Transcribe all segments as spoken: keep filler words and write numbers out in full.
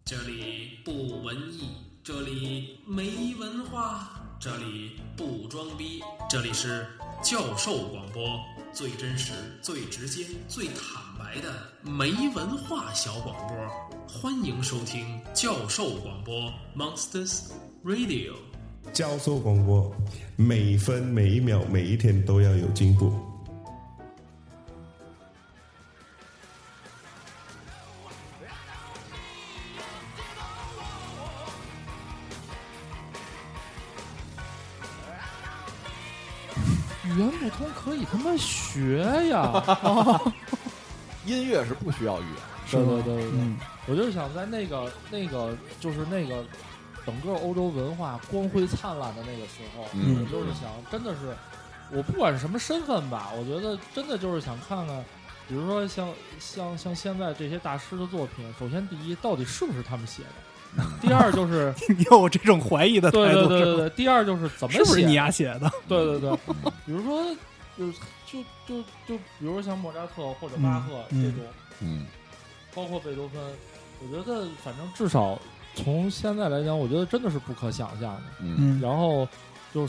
这里不文艺，这里没文化，这里不装逼，这里是教授广播，最真实、最直接、最坦白的没文化小广播。欢迎收听教授广播 Monsters Radio。 教授广播，每一分每一秒每一天都要有进步。 语言不通可以他妈学呀！ 啊、音乐是不需要语言。 对对对对对，嗯、我就是想在那个那个就是那个整个欧洲文化光辉灿烂的那个时候，嗯、我就是想，真的是我不管是什么身份吧，我觉得真的就是想看看，比如说像像像现在这些大师的作品，首先第一，到底是不是他们写的？第二就是你有这种怀疑的态度， 对对对对对。第二就是怎么写， 是不是你丫写的？ 对对对，比如说就就就就比如像莫扎特或者巴赫、嗯、这种， 嗯， 包括贝多芬，我觉得反正至少从现在来讲，我觉得真的是不可想象的。 嗯， 然后就是，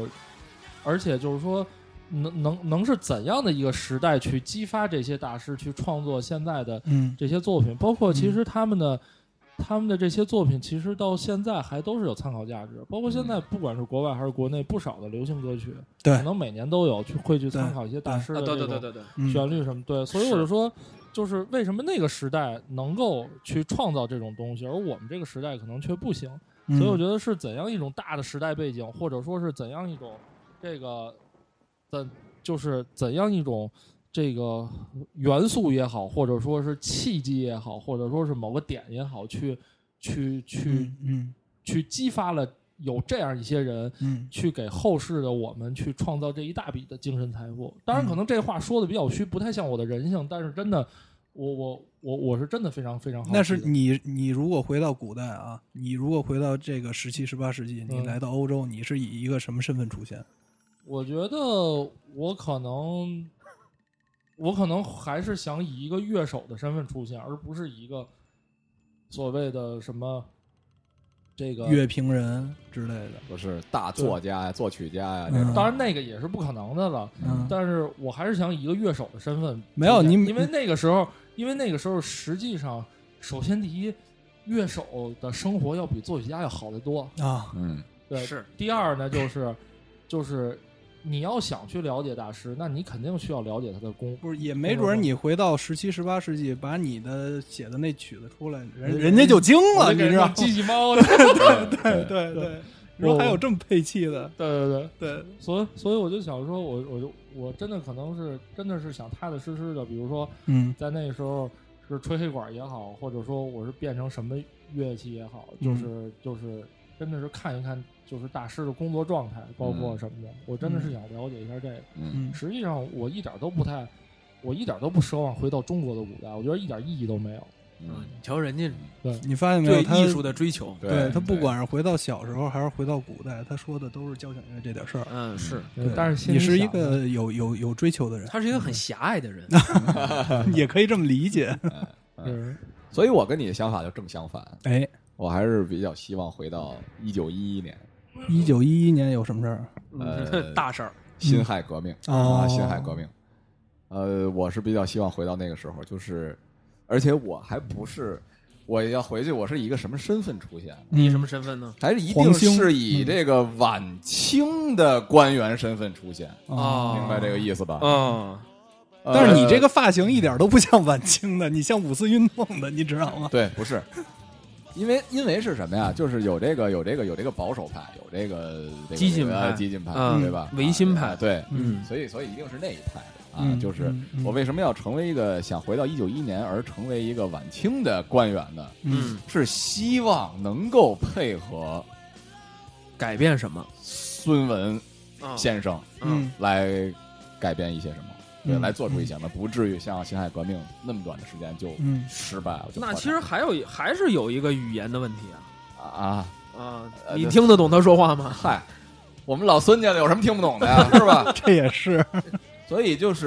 而且就是说，能能能是怎样的一个时代去激发这些大师去创作现在的这些作品，嗯、包括其实他们的。他们的这些作品其实到现在还都是有参考价值，包括现在不管是国外还是国内，不少的流行歌曲， 对， 可能每年都有去会去参考一些大师的这种旋律什么，对，所以我就说，就是为什么那个时代能够去创造这种东西，而我们这个时代可能却不行，所以我觉得是怎样一种大的时代背景，或者说是怎样一种这个怎就是怎样一种。这个元素也好，或者说是契机也好，或者说是某个点也好，去去去嗯嗯去激发了有这样一些人， 嗯， 去给后世的我们去创造这一大笔的精神财富。当然，可能这话说的比较虚，不太像我的人性，但是真的，我我我我是真的非常非常好奇的。 那是你你如果回到古代啊，你如果回到这个十七、十八世纪，你来到欧洲，嗯、你是以一个什么身份出现？ 我觉得我可能。我可能还是想以一个乐手的身份出现，而不是以一个所谓的什么这个乐评人之类的， 不是大作家呀、作曲家呀、 嗯。 这当然，那个也是不可能的了。 嗯， 但是我还是想以一个乐手的身份。 没有你， 因为那个时候，因为那个时候，实际上，首先第一，乐手的生活要比作曲家要好得多啊。 嗯， 对， 是。 第二呢，就是就是。你要想去了解大师，那你肯定需要了解他的功。 不是，也没准你回到十七、十八世纪，把你的写的那曲子出来，人人家就惊了，你知道吗？ 机器猫， 对对对对，你说还有这么配器的？ 对对对对， 所以所以我就想说，我我就我真的可能是真的是想踏踏实实的，比如说， 嗯， 在那个时候是吹黑管也好，或者说我是变成什么乐器也好，就是、嗯、就是真的是看一看。就是大师的工作状态，包括什么的，嗯、我真的是想了解一下这个。 嗯， 实际上我一点都不太，我一点都不奢望回到中国的古代，我觉得一点意义都没有。 嗯，你瞧人家， 对， 你发现没有？ 对艺术的追求， 对, 对他不管是回到小时候还是回到古代，他说的都是交响乐这点事儿。 嗯，是， 但是你是一个有有有追求的人， 他是一个很狭隘的人， 也可以这么理解。 嗯， 所以我跟你的想法就正相反。 哎， 我还是比较希望回到一九一一年。 一九一一年有什么事儿？ 呃， 大事儿， 辛亥革命、 嗯、 啊，辛亥革命。呃，我是比较希望回到那个时候，就是，而且我还不是，我要回去，我是以一个什么身份出现？ 你什么身份呢？ 还是一定是以这个晚清的官员身份出现啊、 哦？ 明白这个意思吧？ 啊、哦呃， 但是你这个发型一点都不像晚清的，你像五四运动的，你知道吗？ 对，不是。因为因为是什么呀？就是有这个有这个有这个保守派，有这个、这个、 激进派、 激进派， 嗯、 对吧？ 维新派， 啊、对， 嗯， 所以所以一定是那一派的啊。 嗯、 就是我为什么要成为一个想回到一九一一年而成为一个晚清的官员呢？ 嗯， 是希望能够配合改变什么？ 孙文先生嗯来改变一些什么。对， 嗯、 来做出一些嘛，不至于像辛亥革命那么短的时间就失败了。 嗯、那其实还有还是有一个语言的问题啊啊啊！你听得懂他说话吗？ 嗨，我们老孙家的有什么听不懂的呀？是吧？ 这也是。 所以就是，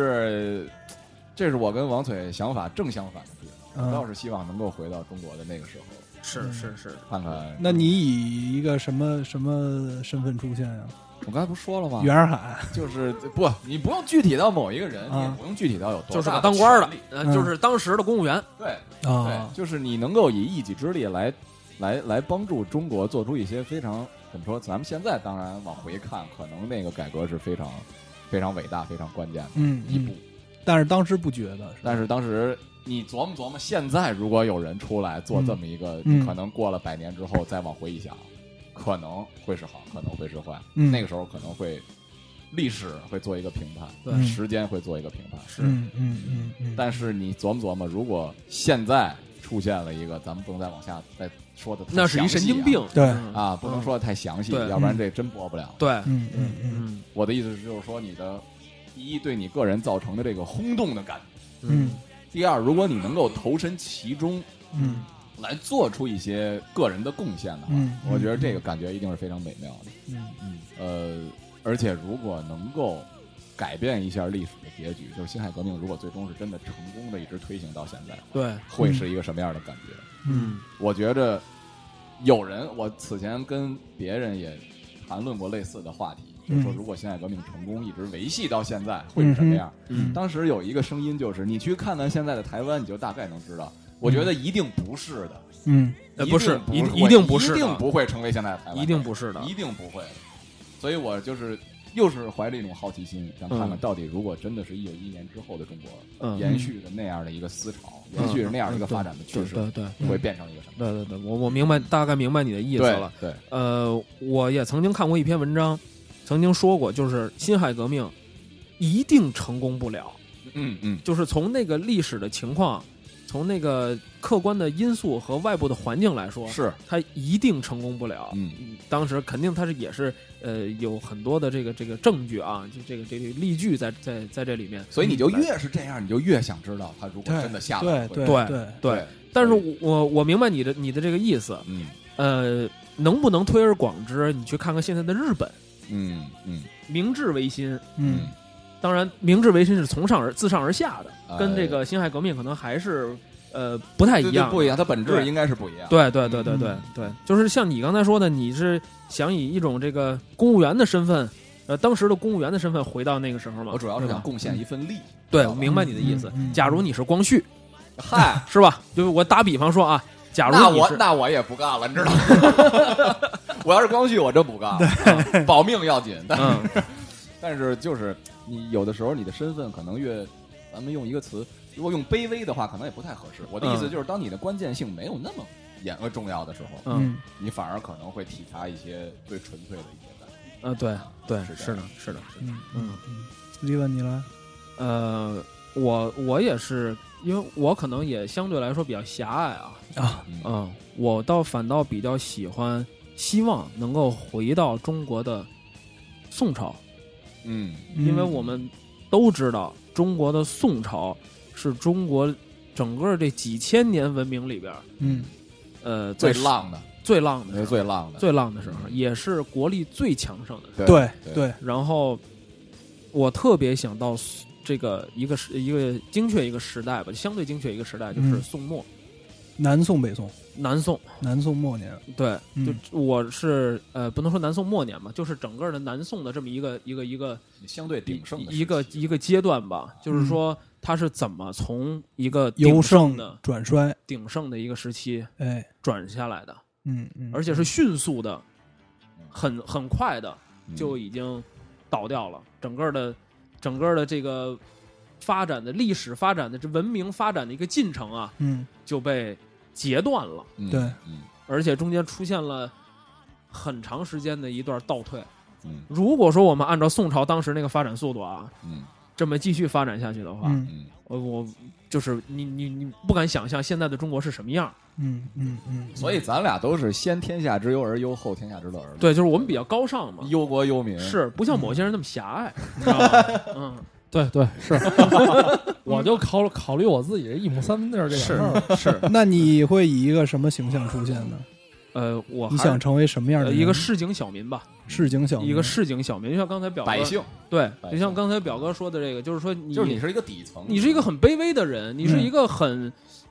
这是我跟王腿想法正相反的地方。 嗯、 我倒是希望能够回到中国的那个时候， 是是是， 看看。 那你以一个什么什么身份出现呀？ 我刚才不说了吗？ 袁世凯就是不，你不用具体到某一个人， 啊、 你也不用具体到有多大， 就是个当官的，呃， 嗯、 就是当时的公务员。 对啊， 对，就是你能够以一己之力来来来帮助中国做出一些非常怎么说？咱们现在当然往回看，可能那个改革是非常非常伟大、非常关键的嗯一步， 嗯、但是当时不觉得。 但是当时你琢磨琢磨，现在如果有人出来做这么一个， 嗯、 可能过了百年之后再往回一想。可能会是好，可能会是坏。 嗯， 那个时候可能会历史会做一个评判， 对， 时间会做一个评判。 是， 嗯嗯嗯嗯。 但是你琢磨琢磨，如果现在出现了一个，咱们不能再往下再说的、啊， 那是一神经病， 对啊，不能说的太详细， 嗯、 要不然这真播不了。 对， 嗯嗯嗯。 我的意思是，就是说你的第一，对你个人造成的这个轰动的感觉， 嗯； 第二，如果你能够投身其中， 嗯。 来做出一些个人的贡献的话， 嗯， 我觉得这个感觉一定是非常美妙的。 嗯嗯，呃，而且如果能够改变一下历史的结局，就是辛亥革命如果最终是真的成功的一直推行到现在， 对， 会是一个什么样的感觉？ 嗯， 我觉着有人，我此前跟别人也谈论过类似的话题， 嗯、 就是说如果辛亥革命成功一直维系到现在会是什么样？ 嗯， 当时有一个声音就是，你去看看现在的台湾，你就大概能知道。我觉得一定不是的， 嗯， 呃，不是，一一定不是， 一定不会成为现在的台湾， 一定不是的， 一定不会的。所以我就是又是怀着一种好奇心，想看看到底如果真的是一九一一年之后的中国， 嗯， 延续的那样的一个思潮， 嗯、 延续着那样一个发展的趋势， 对对对， 会变成一个什么？ 对对对，我我明白，大概明白你的意思了。 对，对呃，我也曾经看过一篇文章，曾经说过，就是辛亥革命一定成功不了。 嗯嗯， 就是从那个历史的情况。从那个客观的因素和外部的环境来说， 是它一定成功不了。 嗯， 当时肯定它是也是呃有很多的这个这个证据啊，就这个这个例句在在在这里面。 所以你就越是这样，你就越想知道它如果真的下来， 对对对对。但是我我明白你的你的这个意思。 嗯， 呃，能不能推而广之？你去看看现在的日本。 嗯嗯， 明治维新。 嗯。 当然，明治维新是从上而自上而下的，跟这个辛亥革命可能还是呃不太一样， 不一样，它本质应该是不一样。 对对对对对对，就是像你刚才说的，你是想以一种这个公务员的身份，呃，当时的公务员的身份回到那个时候嘛？ 我主要是想贡献一份力。 对，我明白你的意思。假如你是光绪， 嗨， 是吧？就是我打比方说啊，假如那我那我也不干了，你知道吗？我要是光绪，我真不干了，保命要紧。但是但是就是你有的时候你的身份可能越，咱们用一个词，如果用卑微的话，可能也不太合适。我的意思就是，当你的关键性没有那么严格重要的时候， 嗯， 你反而可能会体察一些最纯粹的一些感觉。 呃，对对， 是是的，是的， 嗯嗯嗯。李文，你来。 呃，我我也是，因为我可能也相对来说比较狭隘啊啊， 嗯，我倒反倒比较喜欢，希望能够回到中国的宋朝。 嗯， 因为我们都知道，中国的宋朝是中国整个这几千年文明里边， 嗯， 呃， 最浪的、 最浪的、 最浪的、 最浪的时候，也是国力最强盛的。 对对。 然后，我特别想到这个一个时一个精确一个时代吧，相对精确一个时代就是宋末， 南宋、北宋。 南宋， 南宋末年， 对，就我是呃，不能说南宋末年吧，就是整个的南宋的这么一个一个一个相对鼎盛的一个一个阶段吧，就是说它是怎么从一个由盛的转衰、 鼎盛的一个时期， 哎， 转下来的， 嗯嗯， 而且是迅速的，很很快的就已经倒掉了，整个的整个的这个发展的历史发展的这文明发展的一个进程啊， 嗯， 就被截断了， 对， 嗯， 而且中间出现了很长时间的一段倒退。 嗯， 如果说我们按照宋朝当时那个发展速度啊， 嗯， 这么继续发展下去的话， 嗯， 我我就是你你你不敢想象现在的中国是什么样。 嗯嗯嗯， 所以咱俩都是先天下之忧而忧，后天下之乐而乐。 对，就是我们比较高尚嘛， 忧国忧民， 是不像某些人那么狭隘，你知道吗？嗯。 对对是，我就考考虑我自己这一亩三分地儿这点事儿。是， 那你会以一个什么形象出现呢？ 呃，我你想成为什么样的人？ 一个市井小民吧， 市井小民， 一个市井小民，就像刚才表哥百姓， 对，就像刚才表哥说的这个，就是说你就是你是一个底层， 你是一个很卑微的人，你是一个很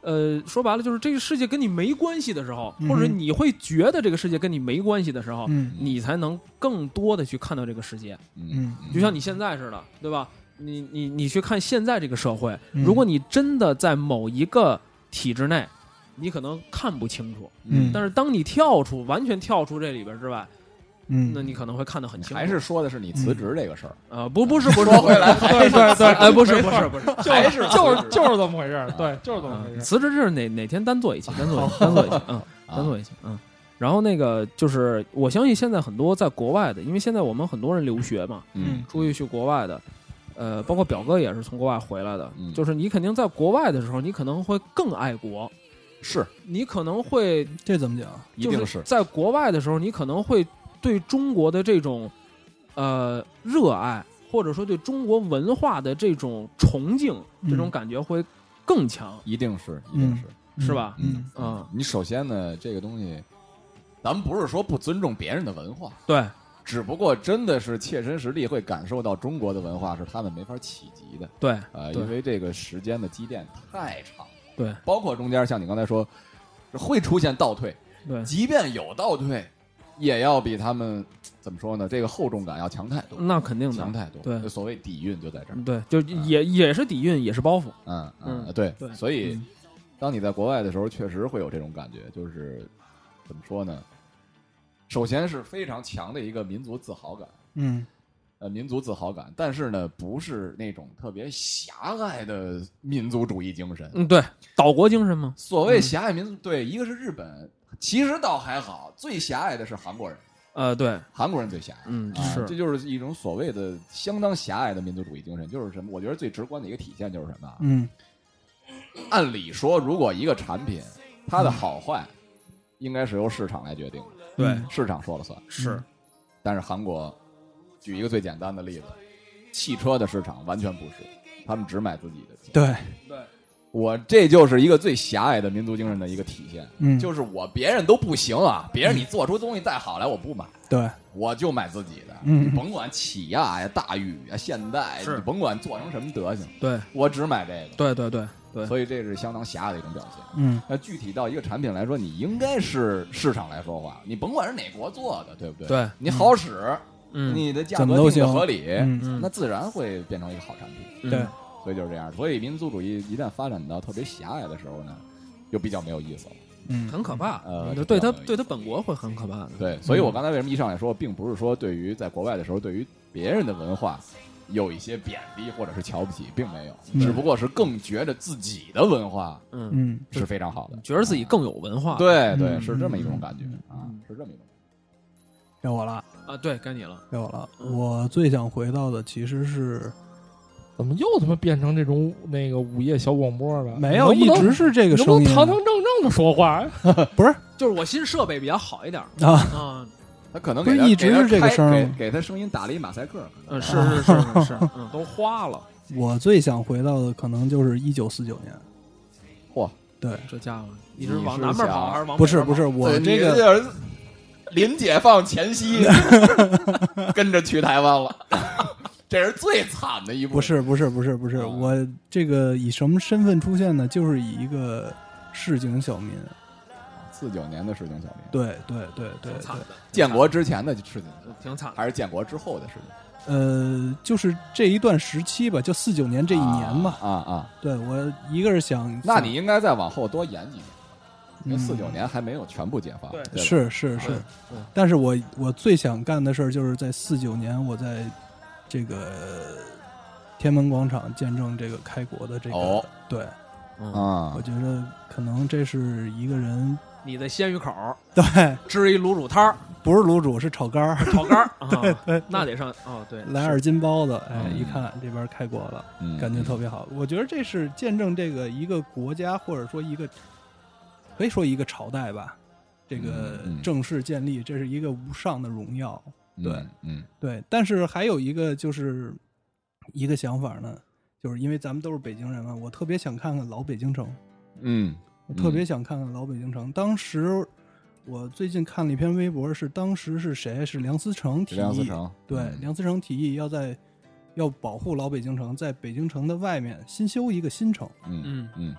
呃，说白了就是这个世界跟你没关系的时候， 嗯、 或者你会觉得这个世界跟你没关系的时候， 嗯， 你才能更多的去看到这个世界。 嗯， 就像你现在似的，对吧？你你你去看现在这个社会， 嗯、 如果你真的在某一个体制内，你可能看不清楚。 嗯， 但是当你跳出，完全跳出这里边之外。 嗯， 那你可能会看得很清楚。 还是说的是你辞职这个事儿？ 呃，不，不是，不是， 说回来， 对对对， 哎，不是，不是，不是， 还是就是就是这么回事儿，对，就是这么回事。 辞职这是哪哪天单做一期，单做一期，单做一期，嗯，单做一期，嗯。然后那个就是，我相信现在很多在国外的，因为现在我们很多人留学嘛， 嗯， 出去去国外的，呃，包括表哥也是从国外回来的，就是你肯定在国外的时候，你可能会更爱国， 是你可能会这怎么讲？ 一定是在国外的时候，你可能会。对中国的这种呃热爱，或者说对中国文化的这种崇敬， 嗯、 这种感觉会更强。 一定是，一定是， 嗯、 是吧？ 嗯嗯， 你首先呢，这个东西，咱们不是说不尊重别人的文化， 对， 只不过真的是切身实地会感受到中国的文化是他们没法企及的。 对， 呃，因为这个时间的积淀太长了。 对， 包括中间像你刚才说，会出现倒退。 对， 即便有倒退。也要比他们怎么说呢？这个厚重感要强太多， 那肯定的， 强太多。 对， 所谓底蕴就在这儿。 对，就也、嗯、也是底蕴，也是包袱。 嗯嗯，对对。 所以，嗯、当你在国外的时候，确实会有这种感觉，就是怎么说呢？首先是非常强的一个民族自豪感。 嗯。 呃，民族自豪感，但是呢，不是那种特别狭隘的民族主义精神。 嗯，对，岛国精神嘛。 所谓狭隘民族，嗯、对，一个是日本。其实倒还好，最狭隘的是韩国人。 呃，对， 韩国人最狭隘。 嗯， 啊、 是， 这就是一种所谓的相当狭隘的民族主义精神。就是什么？我觉得最直观的一个体现就是什么？ 嗯， 按理说，如果一个产品它的好坏，应该是由市场来决定的。 对， 市场说了算。 是， 但是韩国，举一个最简单的例子，汽车的市场完全不是，他们只买自己的车。 对对。 我这就是一个最狭隘的民族精神的一个体现， 嗯， 就是我别人都不行啊，别人你做出东西再好来，我不买， 对， 我就买自己的， 嗯， 你甭管起亚呀、大宇啊、现代，你甭管做成什么德行， 对， 我只买这个， 对对对对， 所以这是相当狭隘的一种表现。 嗯， 那具体到一个产品来说，你应该是市场来说话，你甭管是哪国做的，对不对？ 对， 你好使， 嗯， 你的价格定的合理， 嗯， 那自然会变成一个好产品， 对。 所以就是这样，所以民族主义一旦发展到特别狭隘的时候呢，就比较没有意思了， 嗯， 很可怕， 呃， 对他对他本国会很可怕的。 对，所以我刚才为什么一上来说，并不是说对于在国外的时候，对于别人的文化有一些贬低或者是瞧不起，并没有， 嗯、 只不过是更觉得自己的文化， 嗯， 是非常好的， 觉得自己更有文化， 对对，是这么一种感觉、嗯、啊，是这么一种。 该我了啊，对，该你了， 该我了。我最想回到的其实是。 怎么又他妈变成这种那个午夜小广播了？ 没有，一直是这个声音， 能堂堂正正的说话。 不是， 就是我新设备比较好一点啊啊， 他可能不是一直是这个声给，给他声音打了一马赛克。 嗯，是是是是是，嗯，都花了。 我最想回到的可能就是一九四九年。 嚯， 对， 这家伙一直往南边跑还是往不是不是我这个临解放前夕跟着去台湾了。这是最惨的一步。 不是不是不是不是，嗯、我这个以什么身份出现呢？就是以一个市井小民。 四九年的市井小民。 对对对对， 挺惨的。 建国之前的市井， 挺惨， 还是建国之后的市井？ 呃，就是这一段时期吧，就四九年这一年嘛。 啊 啊, 啊！ 对我一个是想， 那你应该再往后多延几年。因为四九年还没有全部解放， 对， 对是是是。但是我我最想干的事儿就是在四九年，我在这个天安门广场见证这个开国的这个， 哦、 对， 啊， 我觉得可能这是一个人你的鲜鱼口， 对， 支一卤煮摊儿， 不是卤煮是炒肝儿， 炒肝儿， 对对， 那得上哦，对， 来二斤包子，哎， 嗯、 一看这边开国了， 嗯、 感觉特别好。我觉得这是见证这个一个国家或者说一个。可以说一个朝代吧，这个正式建立，嗯、这是一个无上的荣耀。对， 嗯，嗯对。但是还有一个就是一个想法呢，就是因为咱们都是北京人嘛，我特别想看看老北京城。 嗯， 我特别想看看老北京城。当时我最近看了一篇微博，是当时是谁？是梁思成提议。 梁思成对， 嗯、 梁思成提议要在要保护老北京城，在北京城的外面新修一个新城。 嗯嗯嗯。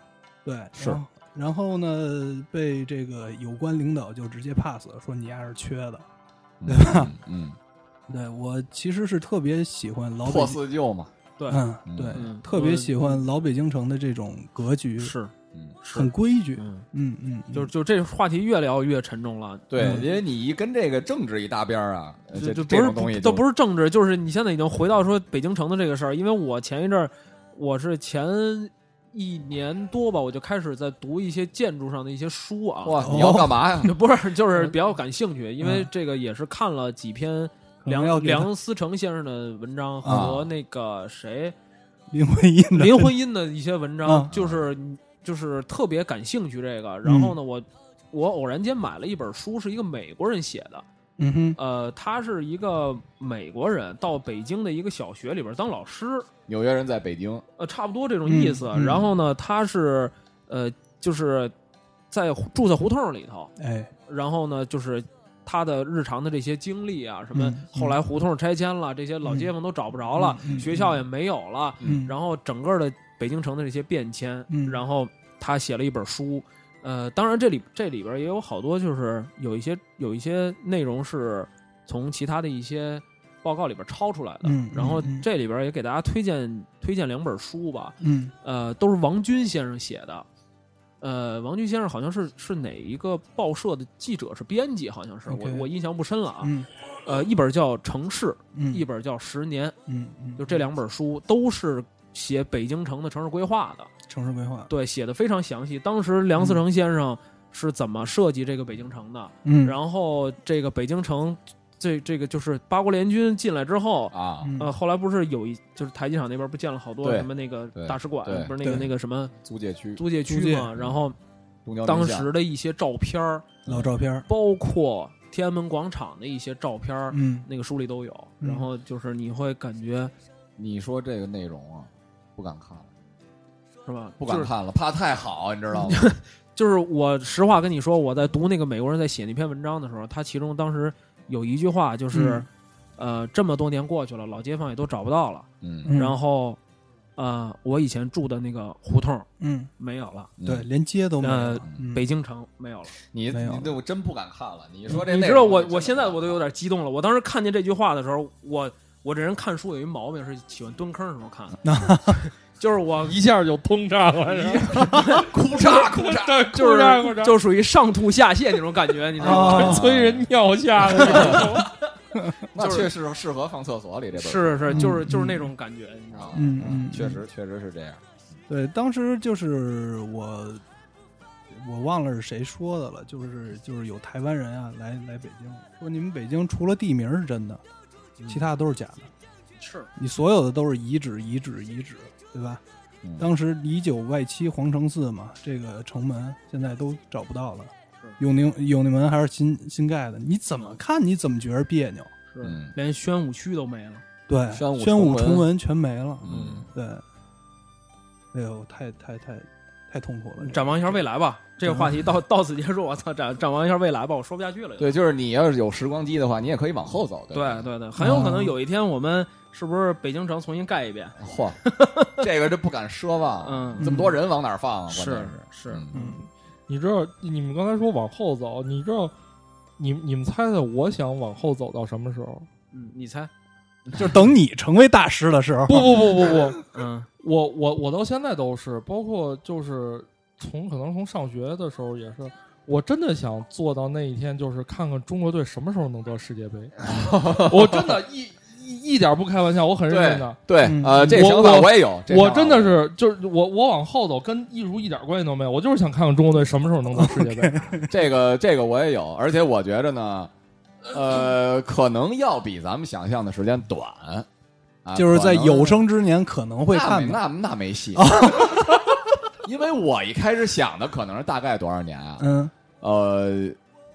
对， 是。 然后然后呢，被这个有关领导就直接 pass 说你丫是缺的，对吧？ 嗯， 嗯对我其实是特别喜欢老北破四旧嘛， 对， 嗯，对， 嗯、 特别喜欢老北京城的这种格局， 是， 嗯， 很规矩， 嗯嗯嗯， 就就这话题越聊越沉重了， 对， 嗯、 因为你一跟这个政治一搭边儿啊， 就就这种东西都不是政治，就是你现在已经回到说北京城的这个事儿，因为我前一阵儿，我是前一年多吧，我就开始在读一些建筑上的一些书啊。 哇，你要干嘛呀？ 不是，就是比较感兴趣，因为这个也是看了几篇梁梁思成先生的文章和那个谁林徽因的林徽因的一些文章， 啊、 就是就是特别感兴趣这个。然后呢，我我偶然间买了一本书，是一个美国人写的。 嗯哼， 呃，他是一个美国人，到北京的一个小学里边当老师。 纽约人在北京， 呃，差不多这种意思。 嗯嗯、 然后呢，他是呃，就是在住在胡同里头， 哎， 然后呢，就是他的日常的这些经历啊，什么、 嗯、 后来胡同拆迁了，这些老街坊都找不着了， 嗯、 学校也没有了， 嗯、 然后整个的北京城的这些变迁， 嗯、 然后他写了一本书。呃，当然这里这里边也有好多，就是有一些有一些内容是从其他的一些报告里边抄出来的。 嗯， 然后这里边也给大家推荐推荐两本书吧。 嗯， 呃，都是王军先生写的。呃，王军先生好像是是哪一个报社的记者，是编辑，好像是、okay. 我我印象不深了啊。 嗯， 呃，一本叫《城市》， 嗯， 一本叫《十年》。 嗯嗯， 就这两本书都是写北京城的城市规划的。 城市规划对，写的非常详细。当时梁思成先生是怎么设计这个北京城的？ 嗯， 然后这个北京城，这这个就是八国联军进来之后啊， 呃，后来不是有一就是台机场那边不建了好多什么那个大使馆，不是那个那个什么租界区租界区嘛？然后当时的一些照片老照片， 包括天安门广场的一些照片， 嗯， 那个书里都有。然后就是你会感觉， 你说这个内容啊，不敢看了。 是吧？ 不敢看了，就是、怕太好，你知道吗？ 就是我实话跟你说，我在读那个美国人在写那篇文章的时候，他其中当时有一句话就是，嗯、呃，这么多年过去了，老街坊也都找不到了， 嗯， 然后，呃，我以前住的那个胡同， 嗯， 没有了， 对，连街都没有， 呃，嗯、北京城没有了， 你没有你我真不敢看了。你说这， 你知道我我现在我都有点激动了。我当时看见这句话的时候，我我这人看书有一毛病，是喜欢蹲坑的时候看。就是我一下就通畅了， 哭嚓哭嚓， 就是就属于上吐下泻那种感觉，你知道吗？ 催人尿下的那种。那确实适合放厕所里，这本是是就是就是那种感觉，你知道吗？ 嗯嗯， 确实确实是这样。 对，当时就是我我忘了是谁说的了，就是就是有台湾人啊来来北京，说你们北京除了地名是真的，其他都是假的。 是你所有的都是遗址遗址遗址。对吧？ 嗯、 当时李九外七皇城寺嘛，这个城门现在都找不到了。永宁永宁门还是新新盖的，你怎么看你怎么觉得别扭？ 是，嗯、连宣武区都没了。 对， 宣武宣武崇文全没了。 嗯， 对。哎呦，太太太太痛苦了！ 展望一下未来吧，这个话题到到此结束。我操，展展望一下未来吧，我说不下去了。 对，就是你要是有时光机的话，你也可以往后走。对对对对，很有可能有一天我们。是不是北京城重新盖一遍？ 嚯，这个这不敢奢望。 嗯， 这么多人往哪儿放啊？ 是是是， 嗯，你知道，你们刚才说往后走，你知道，你你们猜猜，我想往后走到什么时候？ 嗯，你猜， 就等你成为大师的时候。 不不不不不， 嗯， 我我我到现在都是，包括就是从可能从上学的时候也是。我真的想做到那一天，就是看看中国队什么时候能得世界杯。我真的一。一点不开玩笑，我很认真的。 对，对呃，这个想法我也有。 我真的是，就是我我往后走，跟艺术一点关系都没有。我就是想看看中国队什么时候能得世界杯。 这个这个我也有，而且我觉着呢，呃，可能要比咱们想象的时间短。啊、 就是在有生之年可能会看那那那没戏。因为我一开始想的可能是大概多少年啊？ 嗯， 呃，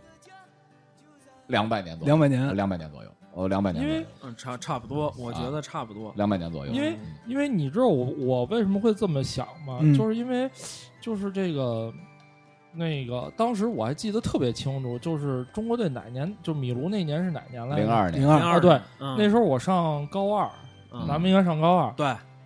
两百年左右， 两百年， 两百年左右。哦，两百年， 因为嗯差差不多，我觉得差不多两百、啊、年左右。 因为因为你知道我我为什么会这么想吗？ 嗯、 就是因为就是这个那个当时我还记得特别清楚，就是中国队哪年，就米卢那年是哪年来着？ 零二年， 零二啊，对， 嗯、 那时候我上高二， 嗯、 咱们应该上高二。 对，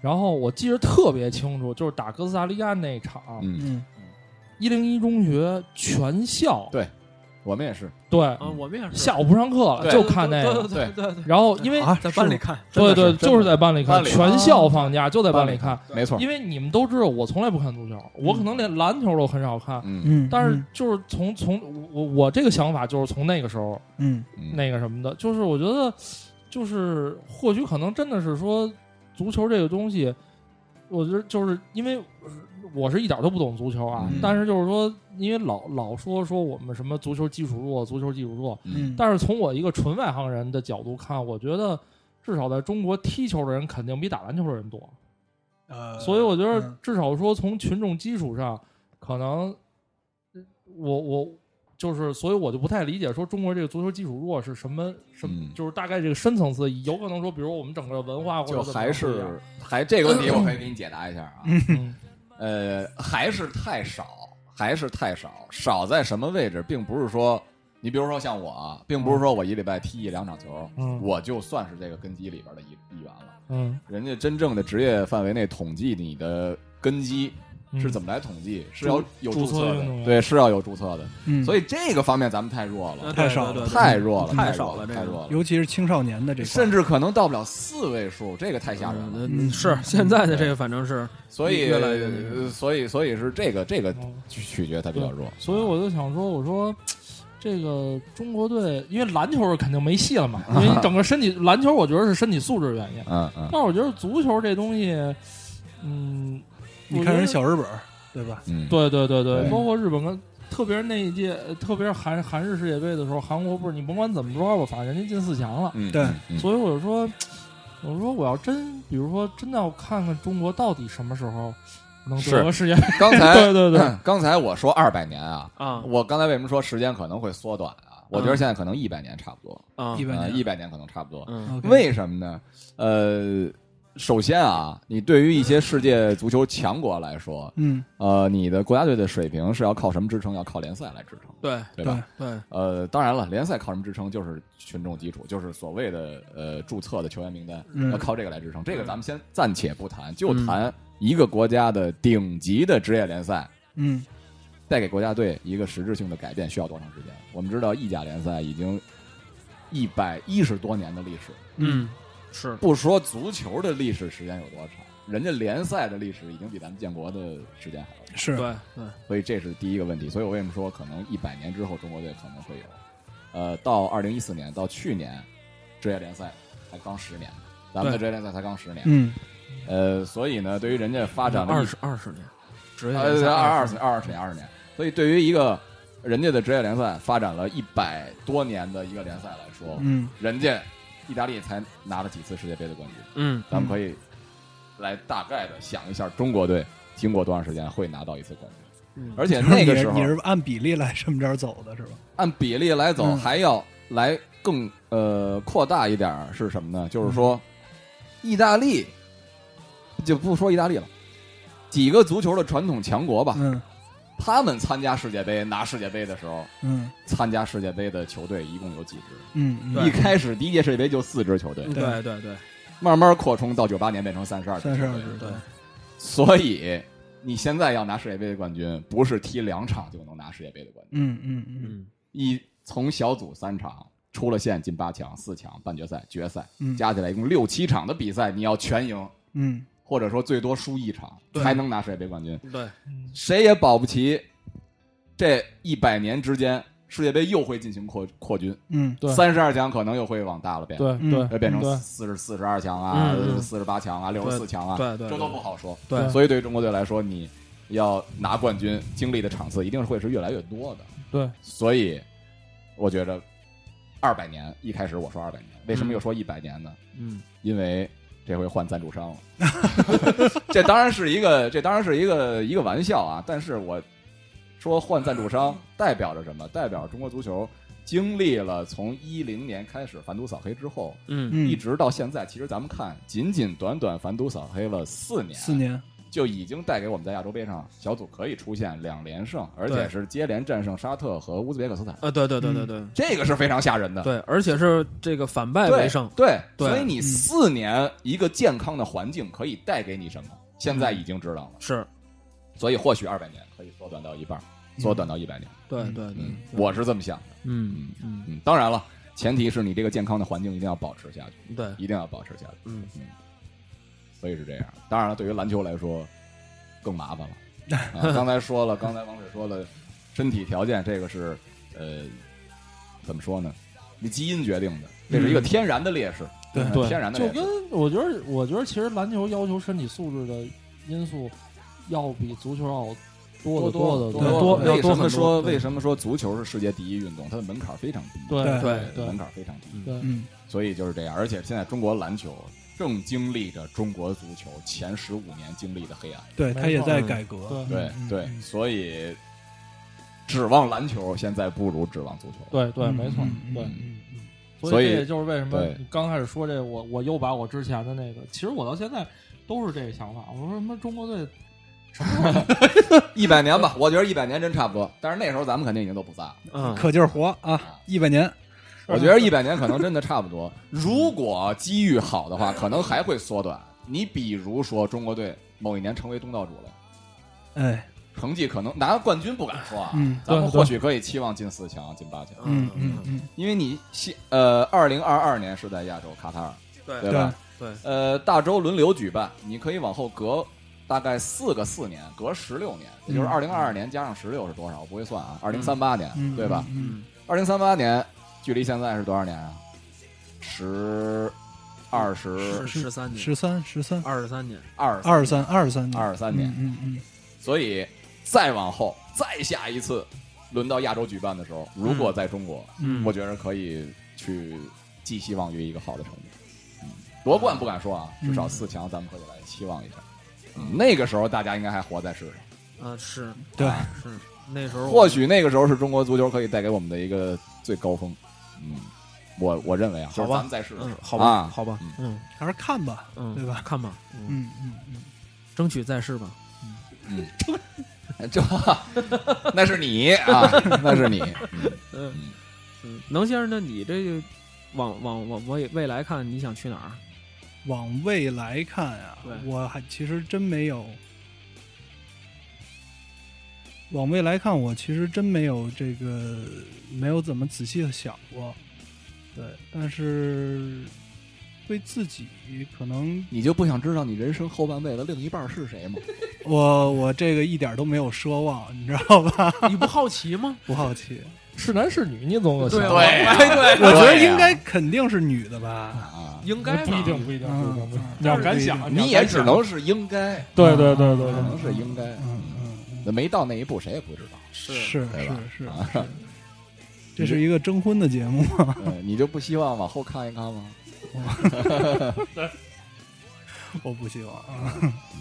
然后我记得特别清楚，就是打哥斯达黎加那场， 嗯， 一零一中学全校， 对，我们也是， 对， 啊，我们也是下午不上课了，就看那个， 对对对。 然后因为啊，在班里看， 对对，就是在班里看，全校放假就在班里看， 没错。 因为你们都知道，我从来不看足球，我可能连篮球都很少看， 嗯， 但是就是从从我我这个想法就是从那个时候， 嗯， 那个什么的，就是我觉得，就是或许可能真的是说足球这个东西，我觉得就是因为。我是一点都不懂足球啊， 嗯、 但是就是说，因为老老说说我们什么足球基础弱，足球基础弱， 嗯， 但是从我一个纯外行人的角度看，我觉得至少在中国踢球的人肯定比打篮球的人多， 呃， 所以我觉得至少说从群众基础上，可能我我就是，所以我就不太理解说中国这个足球基础弱是什么什么， 嗯、 就是大概这个深层次，有可能说，比如我们整个文化或者就还是还这个问题，我可以给你解答一下啊。 嗯呃，还是太少，还是太少。少在什么位置，并不是说，你比如说像我啊，并不是说我一礼拜踢一两场球， 嗯， 我就算是这个根基里边的一一员了。 嗯， 人家真正的职业范围内统计你的根基是怎么来统计？是要有注册的，对，是要有注册的。 嗯， 所以这个方面咱们太弱了， 太少了， 太弱了， 太少了， 太弱了。 尤其是青少年的这， 甚至可能到不了四位数，这个太吓人了。 嗯，是现在的这个，反正是， 所以越来越， 所以所以是这个这个取决它比较弱。 所以我就想说，我说。这个中国队，因为篮球肯定没戏了嘛，因为你整个身体篮球，我觉得是身体素质原因。 嗯嗯。 但是我觉得足球这东西，嗯， 你看人小日本，对吧？ 嗯， 对对对对，包括日本跟，特别是那一届，特别是韩韩日世界杯的时候，韩国不是你甭管怎么着吧，反正人家进四强了。 嗯， 对。 所以我就说，我说我要真，比如说真的要看看中国到底什么时候。能得个世界杯？ 刚才对对对， 刚才我说二百年啊啊！ 我刚才为什么说时间可能会缩短啊？我觉得现在可能一百年差不多啊， 一百年一百年可能差不多。 嗯， 为什么呢？呃，首先啊，你对于一些世界足球强国来说， 嗯， 呃，你的国家队的水平是要靠什么支撑？要靠联赛来支撑， 对对吧？ 对， 呃，当然了，联赛靠什么支撑？就是群众基础，就是所谓的呃注册的球员名单， 嗯、 要靠这个来支撑。这个咱们先暂且不谈，就谈。一个国家的顶级的职业联赛， 嗯， 带给国家队一个实质性的改变需要多长时间？我们知道意甲联赛已经一百一十多年的历史， 嗯，是不说足球的历史时间有多长，人家联赛的历史已经比咱们建国的时间还要长， 是对对， 所以这是第一个问题。所以我为什么说可能一百年之后中国队可能会有，呃，到二零一四年到去年，职业联赛才刚十年，咱们的职业联赛才刚十年， 嗯。 呃，所以呢，对于人家发展了二十二十年，职业呃二二十二十年二十年，所以对于一个人家的职业联赛发展了一百多年的一个联赛来说， 嗯， 人家意大利才拿了几次世界杯的冠军， 嗯， 咱们可以来大概的想一下，中国队经过多长时间会拿到一次冠军？ 嗯， 而且那个时候你是按比例来这么着走的是吧？ 按比例来走， 嗯、 还要来更呃扩大一点是什么呢？就是说，意大利。就不说意大利了，几个足球的传统强国吧， 嗯， 他们参加世界杯拿世界杯的时候， 嗯， 参加世界杯的球队一共有几支？ 嗯， 一开始第一届世界杯就四支球队， 对对对， 慢慢扩充到九八年变成三十二支， 三十二支， 对。 所以你现在要拿世界杯的冠军，不是踢两场就能拿世界杯的冠军， 嗯嗯嗯， 一从小组三场出了线进八强、四强、半决赛、决赛， 嗯， 加起来一共六七场的比赛，你要全赢， 嗯。 或者说最多输一场才能拿世界杯冠军。 对， 谁也保不齐这一百年之间，世界杯又会进行扩扩军。 嗯， 对， 三十二强可能又会往大了变。 对对， 会变成四十四十二强啊，四十八强啊，六十四强啊， 对对， 这都不好说。 对， 所以对于中国队来说，你要拿冠军，经历的场次一定会是越来越多的。 对， 所以我觉得二百年，一开始我说二百年，为什么又说一百年呢？ 嗯， 因为。这回换赞助商了，这当然是一个，这当然是一个一个玩笑啊！但是我说换赞助商代表着什么？代表中国足球经历了从一零年开始反赌扫黑之后， 嗯， 一直到现在，其实咱们看，仅仅短短反赌扫黑了四年， 四年就已经带给我们在亚洲杯上小组可以出现两连胜，而且是接连战胜沙特和乌兹别克斯坦。 啊，对对对对对， 这个是非常吓人的。 对，而且是这个反败为胜。 对， 对， 所以你四年一个健康的环境可以带给你什么？现在已经知道了。 是， 所以或许二百年可以缩短到一半，缩短到一百年。 对对对， 我是这么想的。 嗯嗯嗯，当然了，前提是你这个健康的环境一定要保持下去。 对， 一定要保持下去。 嗯嗯，所以是这样。当然了，对于篮球来说更麻烦了。啊、刚才说了，刚才王水说了，身体条件这个是呃，怎么说呢？你基因决定的，这是一个天然的劣势。 对对，天然的劣势。 就跟我觉得，我觉得其实篮球要求身体素质的因素要比足球要多得多的多多。 为什么说为什么说足球是世界第一运动？它的门槛非常低。 对对对， 门槛非常低。 对， 嗯，所以就是这样。而且现在中国篮球正经历着中国足球前十五年经历的黑暗。 对，他也在改革。 对对，所以指望篮球现在不如指望足球。 对对，没错，对。所以这也就是为什么你刚开始说这，我我又把我之前的那个，其实我到现在都是这个想法。我说什么中国队什么时候一百年吧？我觉得一百年真差不多。但是那时候咱们肯定已经都不在了， 嗯， 可劲儿活啊！一百年， 我觉得一百年可能真的差不多。如果机遇好的话，可能还会缩短。你比如说中国队某一年成为东道主了， 哎。 成绩可能拿冠军不敢说啊， 嗯， 咱们或许可以期望进四强、进八强。 嗯嗯嗯， 因为你呃，二零二二年是在亚洲卡塔尔， 对对吧？ 对， 呃，大洲轮流举办，你可以往后隔大概四个四年，隔十六年，也就是二零二二年加上十六是多少？我不会算啊，二零三八年， 嗯、 对吧？ 嗯， 二零三八年距离现在是多少年啊？十。二十十三年， 十三十三二十三年， 二二十三二十三年，二十三年， 嗯嗯， 所以再往后，再下一次轮到亚洲举办的时候，如果在中国， 嗯， 我觉得可以去寄希望于一个好的成绩。嗯，夺冠不敢说啊，至少四强咱们可以来期望一下。嗯，那个时候大家应该还活在世上。啊，是对， 是那时候， 或许那个时候是中国足球可以带给我们的一个最高峰。嗯。我我认为啊， 好吧， 咱们再试试， 好吧，好吧，嗯， 还是看吧， 嗯， 对吧？ 看吧， 嗯嗯嗯， 争取再试吧， 嗯嗯，这那是你啊，那是你， 嗯嗯，能先生，那你这个往往往未未来看，你想去哪儿？ 往未来看啊，我还其实真没有。往未来看，我其实真没有这个没有怎么仔细的想过，对，但是对自己可能你就不想知道你人生后半辈子另一半是谁吗？ 我我这个一点都没有奢望，你知道吧？ 你不好奇吗？ 不好奇， 是男是女，你总有对想对对， 我觉得应该肯定是女的吧？ 啊， 应该不一定不一定不一定， 你要敢想， 你也只能是应该， 对对对对， 只能是应该， 嗯嗯，没到那一步谁也不知道。 是是是是， 啊、 这是一个征婚的节目吗？ 嗯，你就不希望往后看一看吗？ 我不希望啊。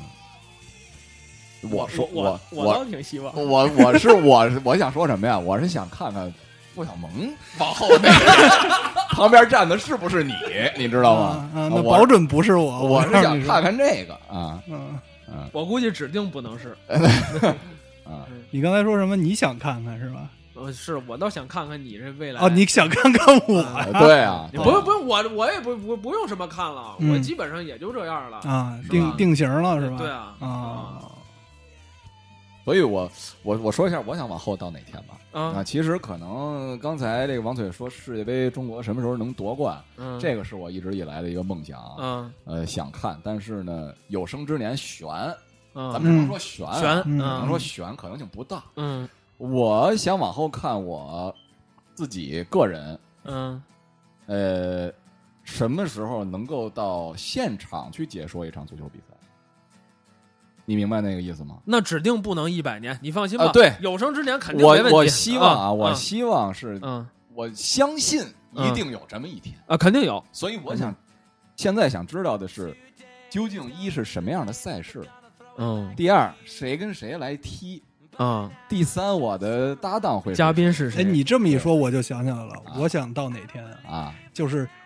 我说我我倒挺希望， 我我是我我想说什么呀？我是想看看付小萌往后那个旁边站的是不是你，你知道吗？ 啊，那保准不是我。 我是想看看这个啊， 嗯嗯， 我估计指定不能是。 啊， 你刚才说什么？你想看看是吧？ 呃，是我倒想看看你这未来。 哦，你想看看我？ 对啊， 你不用不用，我我也不不不用什么看了，我基本上也就这样了啊，定定型了是吧？ 对啊啊。 所以我我我说一下，我想往后到哪天吧。 啊， 啊其实可能刚才这个王嘴说世界杯中国什么时候能夺冠， 嗯， 这个是我一直以来的一个梦想， 嗯， 呃，想看，但是呢，有生之年悬， 嗯， 咱们只能说悬， 悬， 只能说悬，可能性不大。 嗯， 我想往后看我自己个人， 嗯， 呃，什么时候能够到现场去解说一场足球比赛？你明白那个意思吗？ 那指定不能一百年，你放心吧。 啊、对， 有生之年肯定没问题。 我我希望啊， 嗯、 我希望是， 嗯， 我相信一定有这么一天、 嗯、啊，肯定有。 所以我想，现在想知道的是，究竟一是什么样的赛事？ 嗯。 第二，谁跟谁来踢？ 啊、嗯。 第三，我的搭档会是嘉宾是谁？ 哎，你这么一说，我就想起来了，我想到哪天啊？ 就是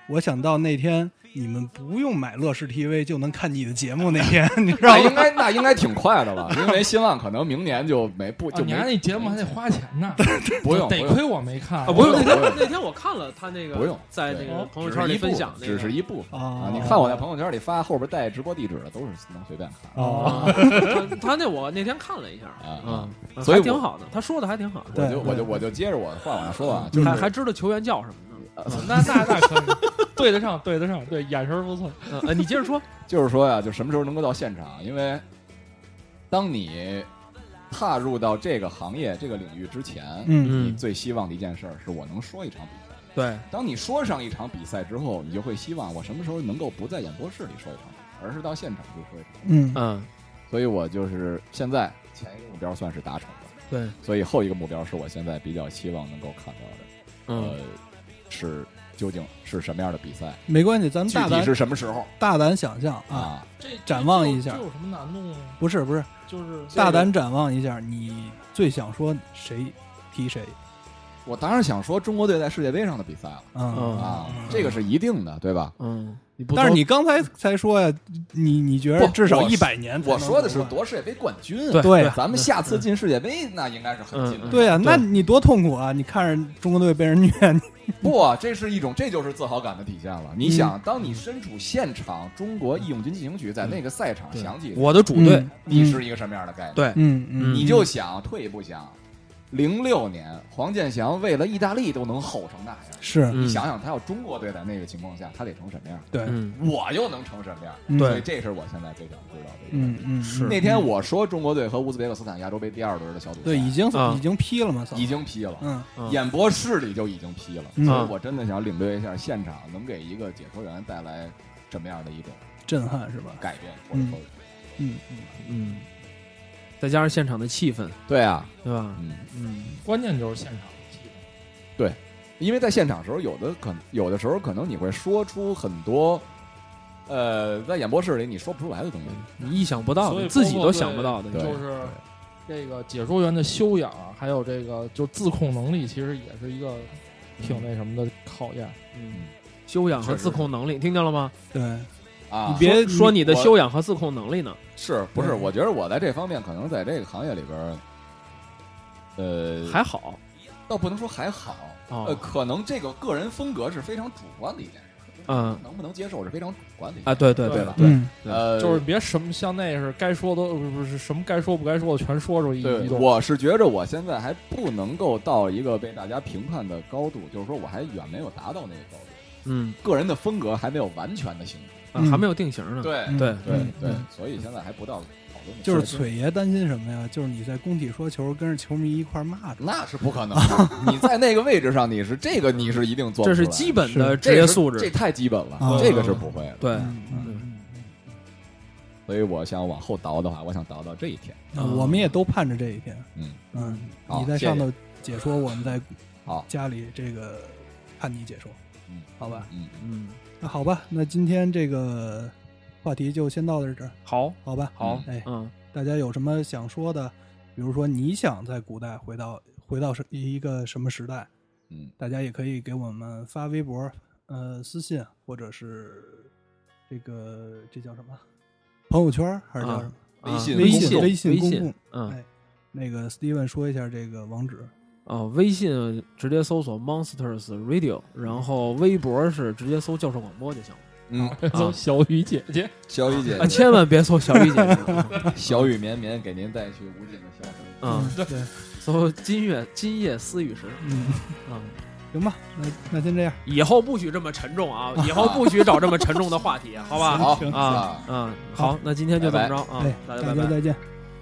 我想到那天你们不用买乐视 T V 就能看你的节目那天，你知道吗？ 那应该那应该挺快的了，因为新浪可能明年就没不就没、 啊、你看那节目还得花钱呢， 不用， 得亏我没看啊，不用。那天那天我看了他那个， 不用在那个朋友圈里分享那个， 只是一部分啊。 你看我在朋友圈里发后边带直播地址的，都是能随便看。 哦，他那我那天看了一下啊， 嗯， 所以挺好的，他说的还挺好的。我就我就我就接着我的话往下说啊，就是还还知道球员叫什么呢？ 那那那可以对得上，对得上，对，眼神不错。 呃，你接着说， 就是说呀，就什么时候能够到现场？因为当你踏入到这个行业、这个领域之前， 嗯， 你最希望的一件事是我能说一场比赛。 对， 当你说上一场比赛之后，你就会希望我什么时候能够不在演播室里说一场比赛，而是到现场去说一场。 嗯嗯， 所以我就是现在前一个目标算是达成了， 对， 所以后一个目标是我现在比较希望能够看到的， 嗯、 呃，是究竟是什么样的比赛？ 没关系，咱们大胆是什么时候？ 大胆想象啊， 啊这展望一下， 这有什么难度吗？ 不是不是， 就是大胆展望一下，你最想说谁踢谁？ 我当然想说中国队在世界杯上的比赛了， 嗯啊，这个是一定的，对吧？ 嗯， 但是你刚才才说呀，你你觉得至少一百年？ 我说的是夺世界杯冠军， 对， 咱们下次进世界杯那应该是很近的。 对啊，那你多痛苦啊！你看着中国队被人虐， 不，这是一种，这就是自豪感的体现了。你想，当你身处现场，中国义勇军进行曲在那个赛场响起， 我的主队， 你是一个什么样的概念？ 对， 嗯嗯， 你就想退一步想。零六年，黄健翔为了意大利都能吼成那样， 是你想想，他要中国队在那个情况下，他得成什么样？ 对， 我又能成什么样？ 对， 所以这是我现在最想知道的。 嗯嗯， 是那天我说中国队和乌兹别克斯坦亚洲杯第二轮的小组赛， 对，已经已经批了嘛， 已经批了， 嗯， 演播室里就已经批了， 所以我真的想领略一下现场能给一个解说员带来什么样的一种震撼，是吧？ 改变或者说， 嗯嗯嗯。再加上现场的气氛， 对啊， 对吧？ 嗯嗯，关键就是现场的气氛。 对，因为在现场的时候，有的可有的时候可能你会说出很多，呃，在演播室里你说不出来的东西， 你意想不到的，自己都想不到的， 就是这个解说员的修养，还有这个就自控能力，其实也是一个挺那什么的考验。 嗯，修养和自控能力，听见了吗？ 对。 啊， 你别说你的修养和自控能力呢？ 是不是？我觉得我在这方面可能在这个行业里边，呃， 还好， 倒不能说还好， 哦、 呃，可能这个个人风格是非常主观的一件事， 嗯， 能不能接受是非常主观的一件事啊，对对对吧？ 对， 嗯、 呃， 就是别什么像那是该说的不是什么该说不该说的全说出一对，我是觉着我现在还不能够到一个被大家评判的高度，就是说我还远没有达到那个高度， 嗯， 个人的风格还没有完全的形成。 啊、还没有定型呢， 对对对对，所以现在还不到讨论。 就是璀爷担心什么呀？就是你在工体说球，跟着球迷一块骂着， 那是不可能的。你在那个位置上，你是这个，你是一定做不出来。 这是基本的职业素质， 这太基本了， 啊、 这个是不会的。 对， 嗯， 所以我想往后倒的话，我想倒到这一天。 啊、我们也都盼着这一天。 嗯嗯， 你在上头解说，我们在好家里这个看你解说。 嗯， 好吧。 嗯嗯， 那好吧，那今天这个话题就先到这儿。 好， 好吧， 好， 哎， 嗯， 大家有什么想说的？比如说你想在古代回到回到一个什么时代？ 嗯， 大家也可以给我们发微博、呃私信，或者是这个这叫什么朋友圈还是叫什么、 啊、 微信微信微信公共？ 嗯， 哎，那个 Steven 说一下这个网址。 哦，微信直接搜索 Monsters Radio， 然后微博是直接搜教授广播就行了。 嗯， 搜小雨姐姐， 小雨姐姐， 啊，千万别搜小雨姐姐， 小雨绵绵给您带去无尽的笑声。 嗯， 对， 搜今夜今夜思雨时。 嗯嗯， 行吧，那那先这样， 以后不许这么沉重啊！以后不许找这么沉重的话题，好吧？ 好啊，嗯，好，那今天就这么着啊，大家拜拜， 再见。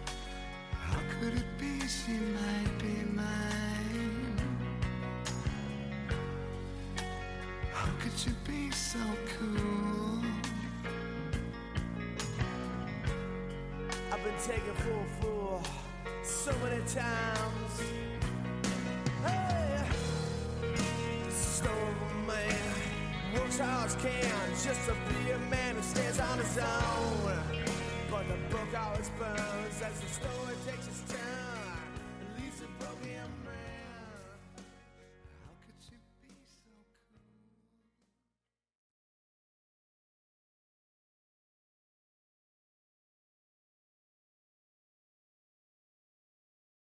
Taken for a fool so many times. Hey, stone man works hard as can just to be a man who stands on his own. But the book always burns as the story takes its turn and leaves it broken.